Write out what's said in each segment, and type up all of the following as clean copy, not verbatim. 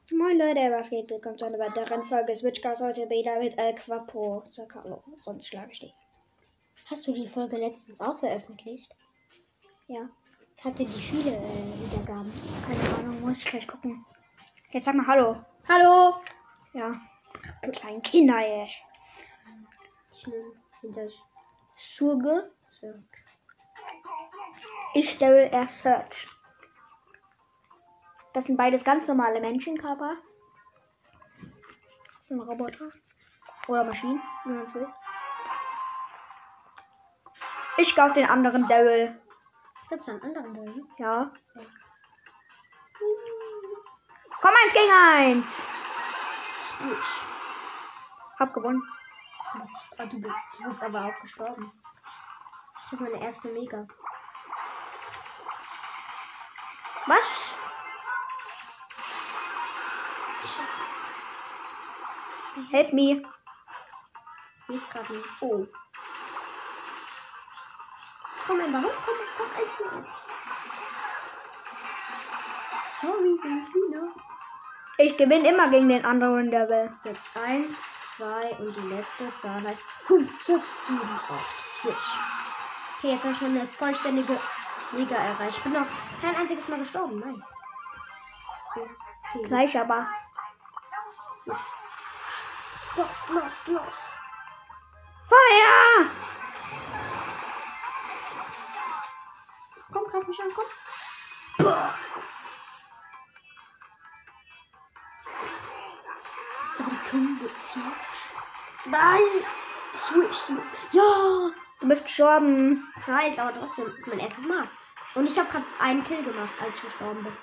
Moin Leute, was geht? Willkommen zu einer weiteren Folge Switchcast. Heute wieder mit El Quapo. Sag hallo, sonst schlage ich dich. Hast du die Folge letztens auch veröffentlicht? Ja, Hatte die viele Wiedergaben? keine Ahnung, muss ich gleich gucken. Jetzt sag mal hallo. Hallo! Ja, du kleinen Kinder, ey. Schnell hinter Surge. Search. Ich stelle erst Search. Das sind beides ganz normale Menschenkörper. Das sind Roboter. Oder Maschinen, wie man es will. Ich gehe auf den anderen Devil. Gibt's einen anderen Devil? Ja. Komm, 1 gegen 1. Switch. Hab gewonnen. Du bist aber auch gestorben. Ich habe meine erste Mega. Was? Help me. Nicht gerade nicht. Oh. Komm, Ember, komm, 1 gegen 1. Sorry, Benziner. Ich gewinne immer gegen den anderen Devil. Jetzt 1, 2 und die letzte Zahl heißt 5, 6, 7, 8. Switch. Okay, jetzt habe ich schon eine vollständige Mega erreicht. Ich bin noch kein einziges Mal gestorben. Nice. Okay. Gleich aber. Los. Feuer! Komm, greif mich an, komm. Nein! Switch. Ja! Du bist gestorben. Nice, aber trotzdem ist mein erstes Mal. Und ich habe gerade einen Kill gemacht, als ich gestorben bin.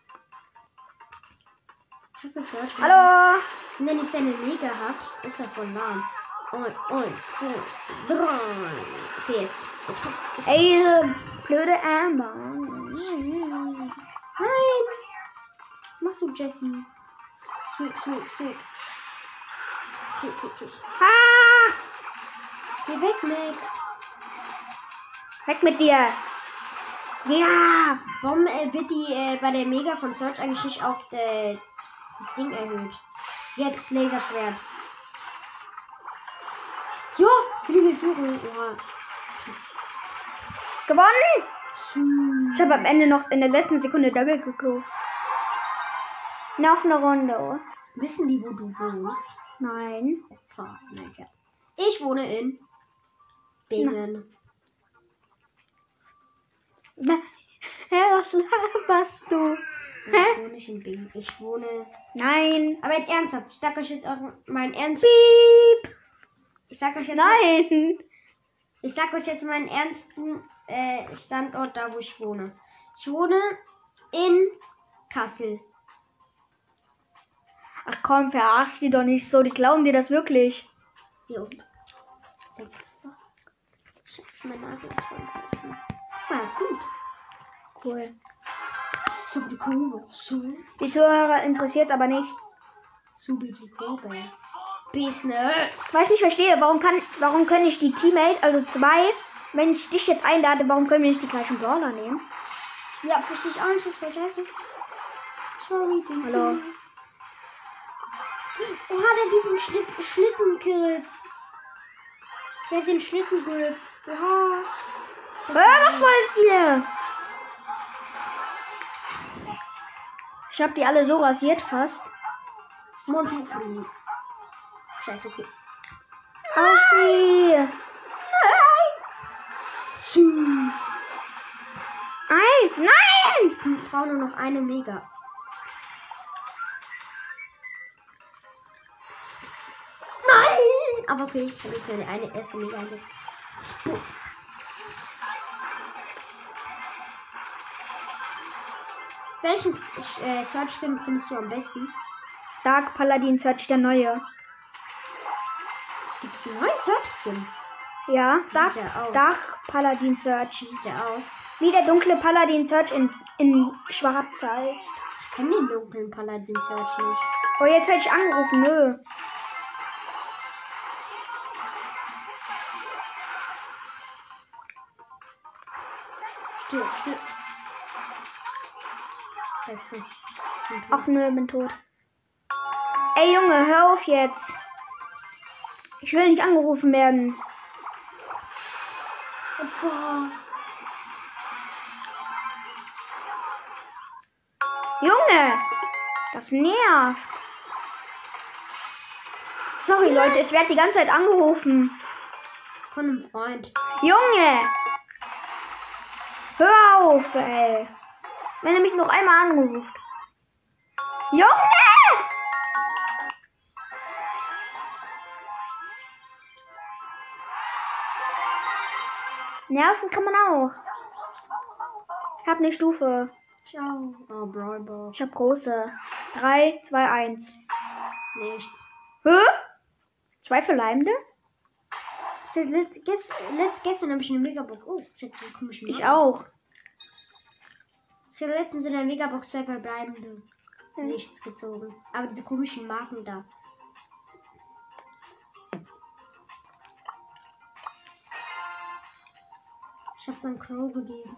Hast du das gehört? Hallo! Wenn er nicht seine Mega hat, ist er voll lahm. 1, 2, 3. Okay, jetzt kommt. Ey, diese blöde Amber. Nein! Was machst du, Jessie? Sweet. Okay, tschüss. Ah! Geh weg, Max. Weg mit dir. Ja! Warum wird die bei der Mega von Search eigentlich nicht auch das Ding erhöht? Jetzt Laserschwert. Jo, Flügelführung. Oha. Gewonnen! Ich habe am Ende noch in der letzten Sekunde Double gekauft. Noch eine Runde. Wissen die, wo du wohnst? Nein. Ich wohne in Bingen. Hä, was laberst du? Ich wohne nicht in Bingen. Ich wohne. Nein. Aber jetzt ernsthaft. Ich sag euch jetzt auch meinen Ernst. Piep. Ich sag euch jetzt. Nein. Ich sag euch jetzt meinen ernsten Standort, da wo ich wohne. Ich wohne in Kassel. Ach komm, verarsch die doch nicht so. Die glauben dir das wirklich. Jo. Scheiße, mein Nagel ist voll gerissen. Ah, gut. Cool. So. Die Zuhörer interessiert es aber nicht. Business. Was ich nicht verstehe, warum können nicht die Teammate, also 2, wenn ich dich jetzt einlade, warum können wir nicht die gleichen Brawler nehmen? Ja, verstehe ich auch nicht, das ist voll scheiße. Sorry, Hallo. Oh, hat er diesen Schlittengrip? Der hat den Schlittengrip. Oha. Was wollt ihr? Ich habe die alle so rasiert fast. Montu. Scheiße, okay. Auf sie! Nein! Ich brauche nur noch eine Mega. Nein! Aber okay, ich habe jetzt eine erste Mega eingesetzt. Welchen Search-Skin findest du am besten? Dark Paladin Search, der neue. Gibt es einen neuen Search-Skin? Ja, Wie sieht der aus? Dark Paladin Search. Wie sieht der aus? Wie der dunkle Paladin Search in schwarz halt. Ich kenne den dunklen Paladin Search nicht. Oh, jetzt werde ich angerufen, nö. Still. Ach nö, bin tot. Ey Junge, hör auf jetzt. Ich will nicht angerufen werden. Boah. Junge, das nervt. Sorry Leute, ich werde die ganze Zeit angerufen. Von einem Freund. Junge! Hör auf, ey. Wenn er mich noch einmal anruft. Junge! Nerven kann man auch. Ich hab eine Stufe. Ciao. Oh, Brawlball. Ich hab große. 3, 2, 1. Nichts. Hä? 2 verbleibende? Gestern habe ich eine Megabox. Oh, ich hatte einen komischen Ich Marken. auch. Ich habe letztens in der Megabox 2 verbleibende. Nichts gezogen. Aber diese komischen Marken da. Ich habe es an Crow gegeben.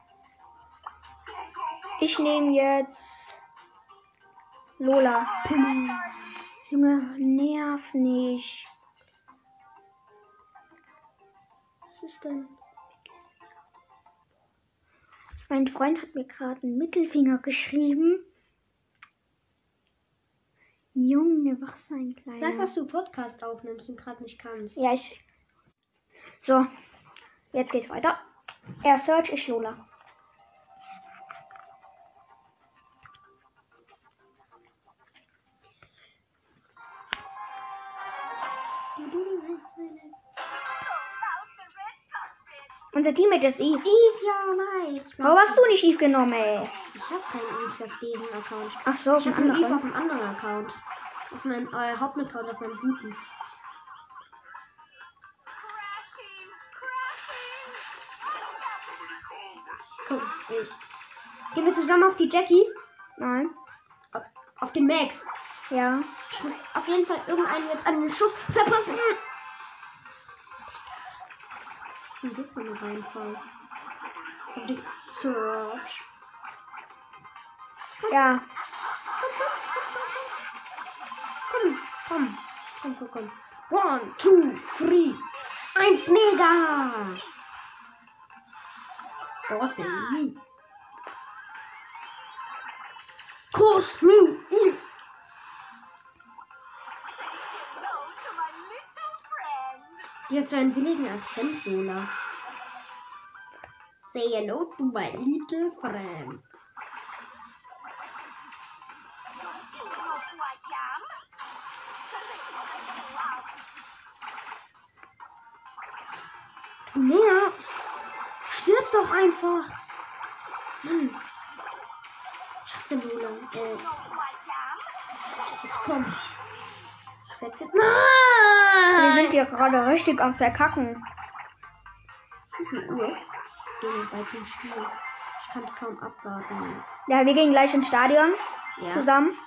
Ich nehme jetzt Lola. Pimmel. Junge, nerv nicht. Was ist denn? Mein Freund hat mir gerade einen Mittelfinger geschrieben. Junge, was ein kleiner. Sag, dass du Podcast aufnimmst und gerade nicht kannst. Ja, ich. So, jetzt geht's weiter. Er Search, ich Lola. Unser Teammate ist Eve. Eve, ja, nice. Warum hast du nicht Eve genommen, ey? Ich habe keinen Eve auf diesem Account. Ach so, Ich habe einen Eve auf einem anderen Account. Auf meinem Hauptaccount, auf meinem guten. Komm, gehen wir zusammen auf die Jackie? Nein. Auf den Max. Ja. Ich muss auf jeden Fall irgendeinen jetzt an den Schuss verpassen. Ein bisschen Reinfall. So die Search. Ja. Komm. 1, 2, 3. 1 Mega. Rossi. Cross through. Die hat so einen billigen Akzent, Lola. Say hello to my little friend. Du nervst. Stirb doch einfach. Mann. Ich hasse Lola. Jetzt komm. Wir Nein! sind hier gerade richtig am Verkacken. Wie viel Uhr? Gehen wir bald zum Spiel. Ich kann es kaum abwarten. Ja, wir gehen gleich ins Stadion Ja. zusammen.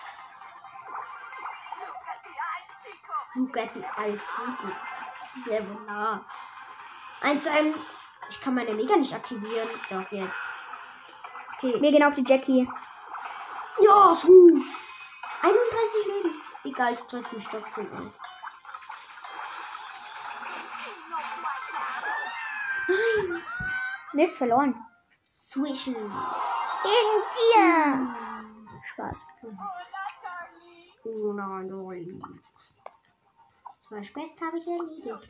Look at the Eis. Sehr wunderbar. 1 zu 1. Ich kann meine Mega nicht aktivieren. Doch, jetzt. Okay. Wir gehen auf die Jackie. Ja, ist gut. 31 Leben. Egal, ich drücke den Stock zu. Nein. Nicht verloren. Swischen. Gegen dir. Spaß. Oh nein. 2 Späße habe ich erledigt.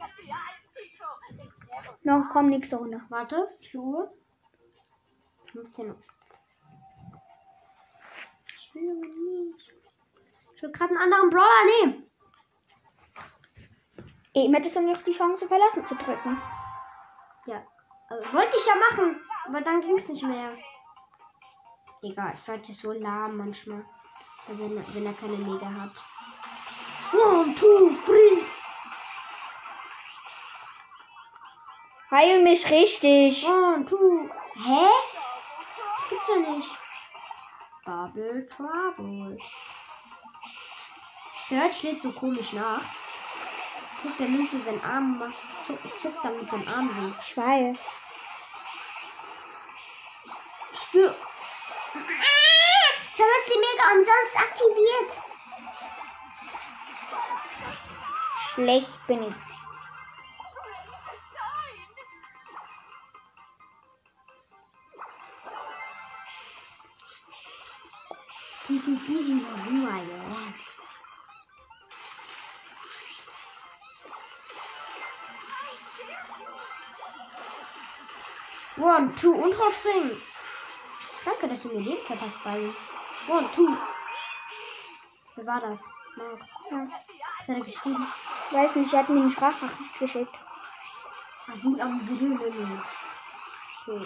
Noch kommt nächste Runde. Warte, wie viel Uhr? 15 Uhr. Ich will aber nicht. Ich will gerade einen anderen Brawler nehmen. Eben hättest du noch die Chance verlassen zu drücken. Ja, also wollte ich ja machen, aber dann ging es nicht mehr. Egal, es hört sich so lahm manchmal, wenn er keine Mega hat. 1, 2, 3. Heil mich richtig. 1, 2. Hä? Gibt's ja nicht. Bubble Trouble. Search schlägt so komisch nach. Guck, der nimmt so seinen Arm, zuckt dann mit dem Arm so. Ich weiß. Stirb. Ich habe jetzt die Mega umsonst aktiviert. schlecht bin ich. One, two und hochspringen. Danke, dass du mir den verpasst, Ball. One, two. Wer war das? Marc. Ja. Was hat er geschrieben? Weiß nicht, er hat mir eine Sprachnachricht geschickt. Sucht am Video. Okay.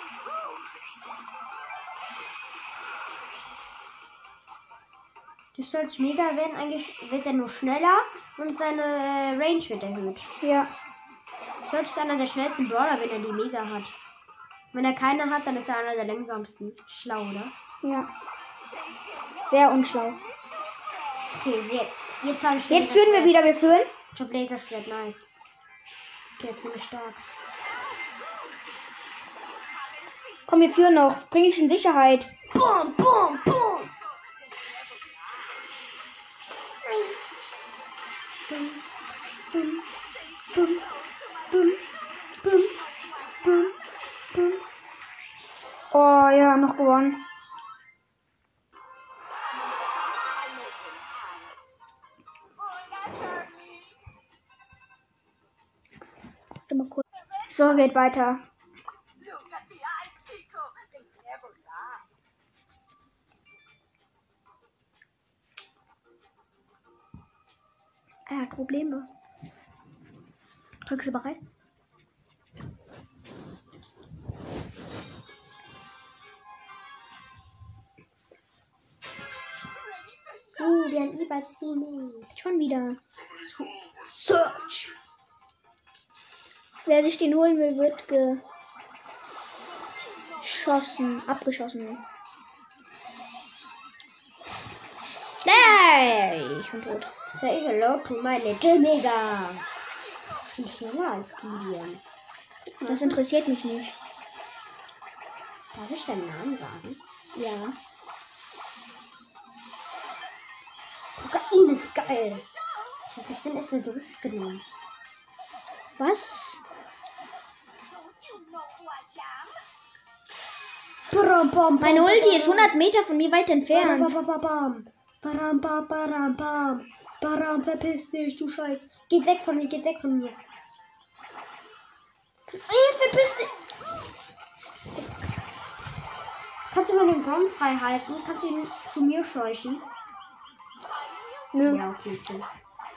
Du sollst mega werden, eigentlich wird er nur schneller und seine Range wird erhöht. Ja. Search ist einer der schnellsten Brawler, wenn er die Mega hat. Wenn er keine hat, dann ist er einer der langsamsten. Schlau, oder? Ja. Sehr unschlau. Okay, jetzt habe ich Jetzt führen wir wieder, wir führen. Ich hab Laserschwert, nice. Okay, jetzt bin ich stark. Komm, wir führen noch. Bring ich in Sicherheit. Boom, boom, boom. Oh ja, noch gewonnen. Mal kurz. So, geht weiter. Er hat Probleme. Drückst du bereit? Wir haben E-Bikes Teammate. Schon wieder. Search. Wer sich den holen will, wird abgeschossen. Nee, ich bin tot. Say hello to my little Mega. Ich bin schneller als Gideon. Das interessiert mich nicht. Darf ich deinen Namen sagen? Ja. Kokain ist geil. Ich hab bisschen ist eine Dosis genommen. Was? Meine Ulti ist 100 Meter von mir weit entfernt. Verpiss dich, du Scheiß. Geht weg von mir. Verpiss dich. Kannst du mal den Baum frei halten? Kannst du ihn zu mir scheuchen? Nö. Ja, okay, tschüss.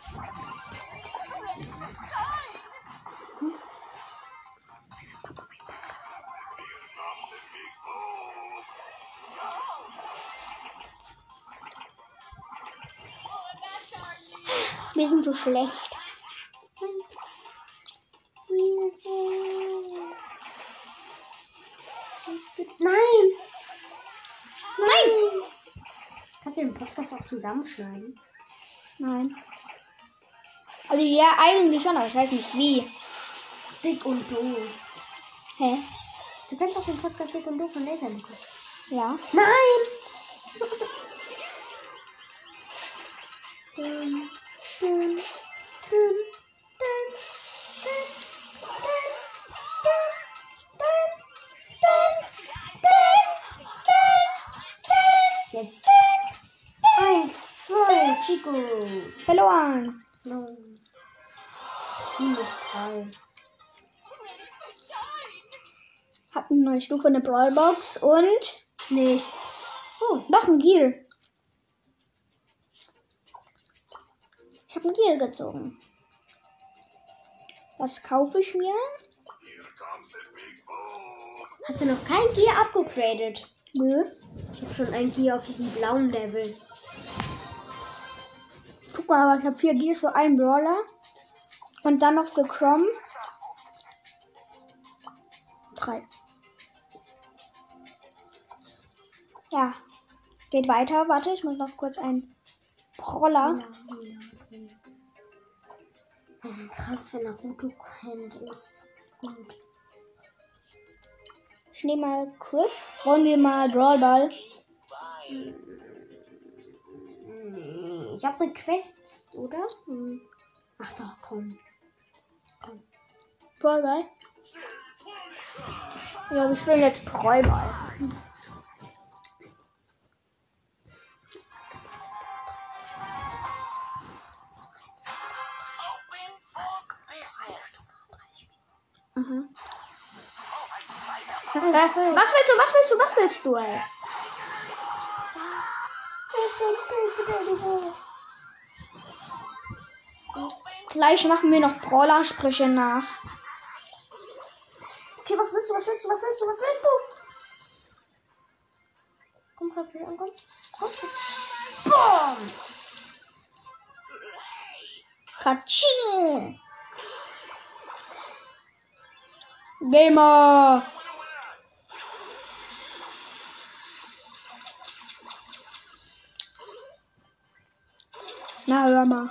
Wir sind so schlecht. Nein! Nein! Kannst du den Podcast auch zusammenschneiden? Nein. Also ja, eigentlich schon, aber ich weiß nicht wie. Dick und doof. Hä? Du kannst auch den Podcast Dick und doof von Laser bekommen. Ja. Nein! Jetzt. 1, 2, Chico. Verloren. No. -3. Hab eine neue Stufe, eine Brawlbox und Nichts. oh, noch ein Gear. Ich habe ein Gear gezogen. Was kaufe ich mir? Hast du noch kein Gear abgegradet? Nö. Ich habe schon ein Gear auf diesem blauen Level. Guck mal, ich habe 4 Gears für einen Brawler. Und dann noch für Chrom 3. Ja. Geht weiter. Warte, ich muss noch kurz einen Brawler. Also krass, wenn Naruto kennt ist. Gut. Ich nehme mal Griff. Wollen wir mal Brawlball? Ich habe eine Quest, oder? Ach doch, komm. Brawlball? Ja, wir spielen jetzt Brawlball. Mhm. Was willst du, ey? Gleich machen wir noch Brawler-Sprüche nach. Okay, was willst du? Komm, komm. Boom! Katsching! Gamer! Na, hör mal.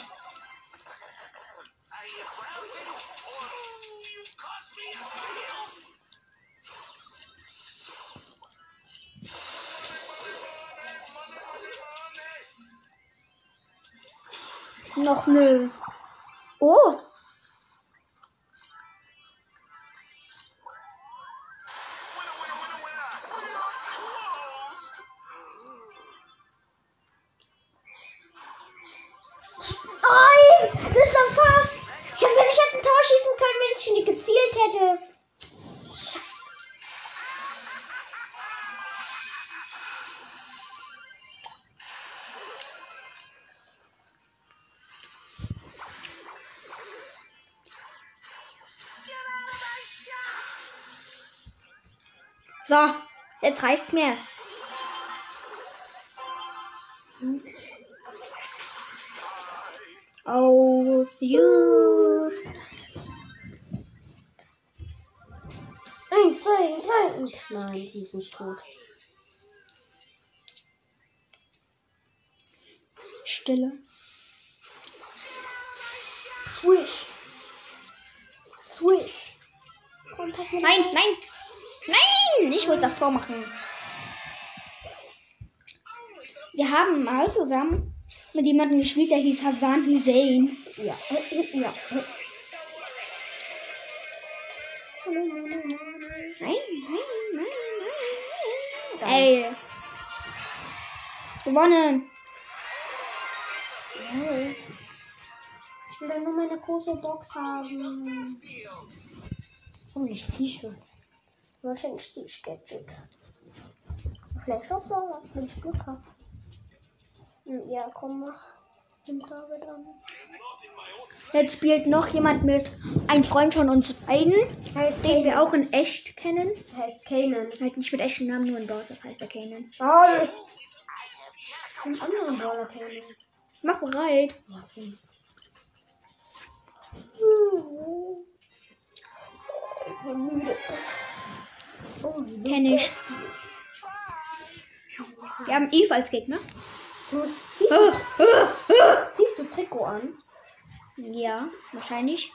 Noch nö. Oh! Nein! Das war fast! Wenn ich hätte ein Tor schießen können, wenn ich nicht gezielt hätte. Scheiße. So, jetzt reicht's mir. Oh, you. 1, 2, 3. Nein, die ist nicht gut. Stille. Swish. Komm, pass mir Nein! Ich wollte das Tor machen. Wir haben mal zusammen mit jemandem gespielt, der hieß Hassan Hussein. Ja. Nein. Ey. Gewonnen. Ja. Ich will dann nur meine große Box haben. Oh, nicht T-Shirts. Wahrscheinlich T-Gadget. Vielleicht auch Brawler, wenn ich Glück habe. Ja, komm, mach den David an. Jetzt spielt noch jemand mit. Ein Freund von uns beiden, den wir auch in echt kennen. Heißt Kanan. Halt nicht mit echten Namen, nur in Dort, das heißt der Kanan. Toll! Einen anderen Brawler Kanan. Mach bereit. Ja, okay. Ich bin müde. Oh, Kenn ich. Wir haben Eve als Gegner. Ziehst du Trikot an? Ja, wahrscheinlich.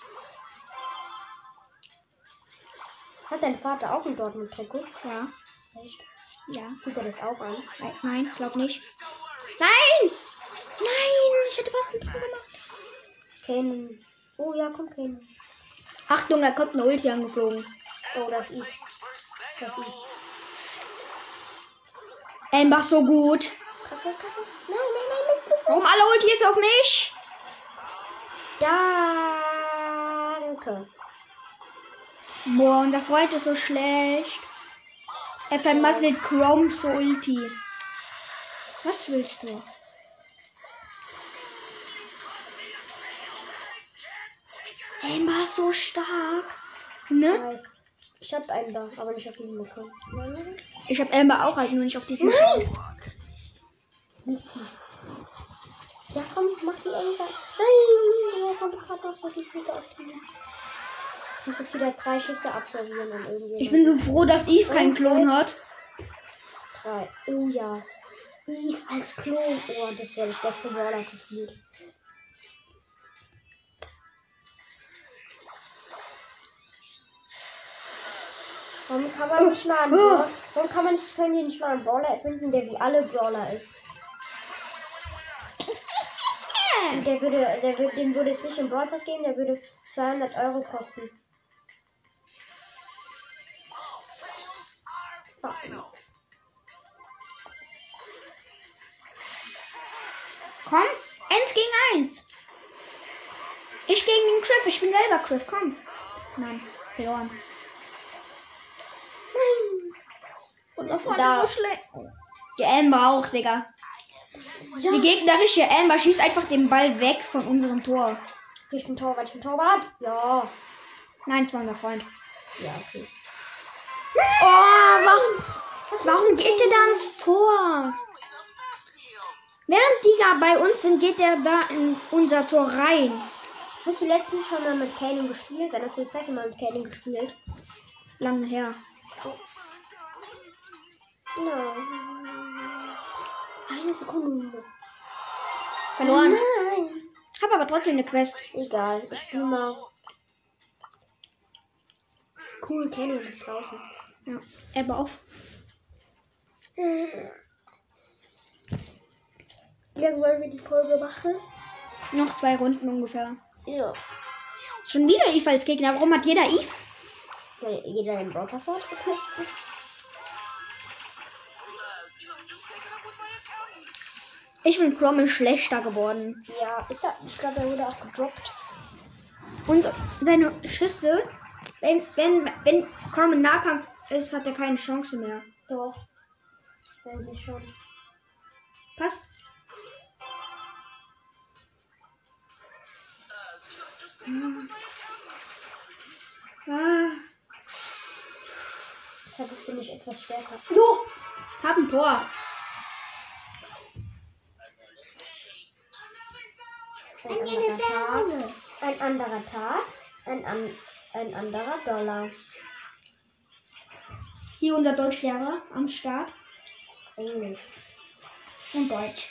Hat dein Vater auch ein Dortmund-Trikot? Ja. Echt? Ja. Zieht er das auch an? Nein, glaub nicht. Nein! Ich hätte was mit ihm gemacht. Kanan. Oh ja, komm, Kanan. Achtung, er kommt eine Ulti angeflogen. Oh, das ist Eve. Amber so gut. Kacke. Nein, Mist. Warum alle Ultis auf mich? Danke. Boah, unser Freund ist so schlecht. Er vermasselt Chrome's Ulti. Was willst du? Amber ist so stark. Ne? Ich hab einen da, aber nicht auf diesem Account. Ich hab Amber auch halt nur nicht auf diesem Nein! Mist. Ja, komm, mach die Amber. Nein! Ja, komm, gerade auf, was ich wieder aktivieren. Ich muss jetzt wieder 3 Schüsse absolvieren und irgendwie. Ich bin so froh, dass Eve keinen Klon hat. 3. Oh ja. Eve als Klon. Oh, das wäre der stärkste Brawler gefühlt. Warum kann man nicht mal einen Brawler, können die nicht mal einen Brawler erfinden, der wie alle Brawler ist? Dem würde es nicht im Brawl Pass geben, der würde 200 Euro kosten. Komm, 1 gegen 1. Ich gegen den Criff, ich bin selber Criff, komm. Nein, verloren. Nein. Und da vorne so schlecht. Die Amber auch, Digga. Ja. Die gegnerische Amber schießt einfach den Ball weg von unserem Tor. Okay, ich bin Torwart. Ja. Nein, es war unser Freund. Ja, okay. Oh, warum geht der da ins Tor? Während die da bei uns sind, geht der da in unser Tor rein. Hast du letztens schon mal mit Kaylin gespielt? Dann hast du das zweite Mal mit Kaylin gespielt. Lange her. Nein. Eine Sekunde. Verloren. Nein. Hab aber trotzdem eine Quest. Egal, ich spiel mal. Cool, Kaylin ist draußen. Ja, aber auf. Wie lange wollen wir die Folge machen? Noch 2 Runden ungefähr. Ja. Schon wieder Eve als Gegner. Warum hat jeder Eve? Weil jeder den Brawl Pass hat. Ich bin Cromwell schlechter geworden. Ja, ist er. Ich glaube, er wurde auch gedroppt. Und seine Schüsse, wenn Cromwell im Nahkampf ist, hat er keine Chance mehr. Doch. Eigentlich schon. Passt. Deshalb bin ich etwas stärker. Jo! Hab ein Tor. Ein anderer Tag. Ein anderer Dollar. Hier unser Deutschlehrer am Start. Englisch. Und Deutsch.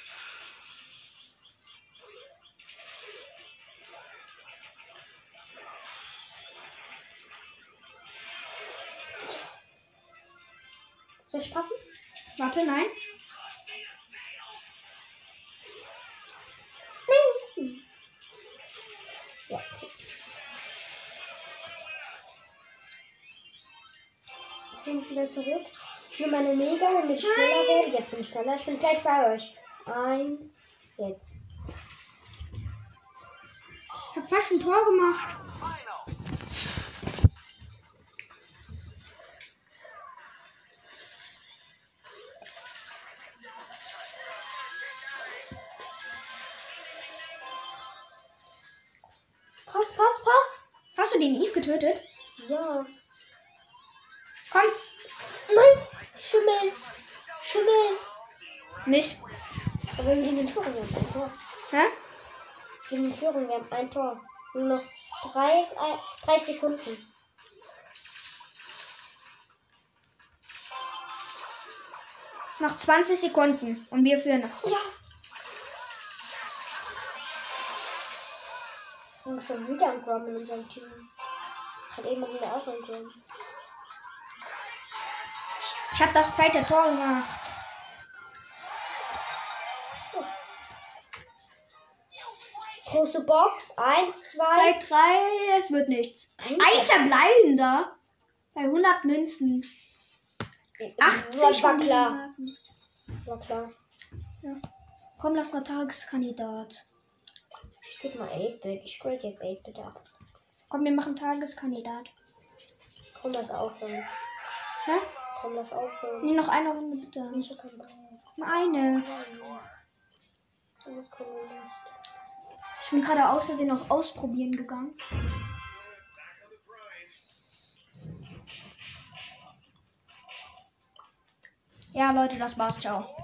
Soll ich passen? Warte, nein. Ja. Ich bin wieder zurück. Nur meine Mega, damit ich schneller werde. Jetzt bin ich schneller. Ich bin gleich bei euch. 1. Jetzt. Ich hab fast ein Tor gemacht. Pass. Hast du den Eve getötet? Ja. Komm. Nein. Schimmel. Nicht. Aber wir liegen in Führung. Wir haben ein Tor. Hä? Wir liegen in Führung. Wir haben ein Tor. Nur noch 3 Sekunden. Noch 20 Sekunden. Und wir führen noch. Ja. Und schon wieder ein Grom in unserem Team. Hat eben wieder auch ein Grom. Ich habe das zweite Tor gemacht. Oh. Große Box. 1, 2, 3. Es wird nichts. Ein verbleibender. Bei 100 Münzen. 80 war klar. War klar. Ja. Komm, lass mal Tageskandidat. Ich geb mal 8-Bit. Ich grade jetzt 8-Bit ab. Komm, wir machen Tageskandidat. Komm, das aufhören. Hä? Komm, das aufhören. Nee, noch eine Runde bitte. Ich hab keinen Bock. Eine. Ich bin gerade außerdem noch ausprobieren gegangen. Ja, Leute, das war's. Ciao.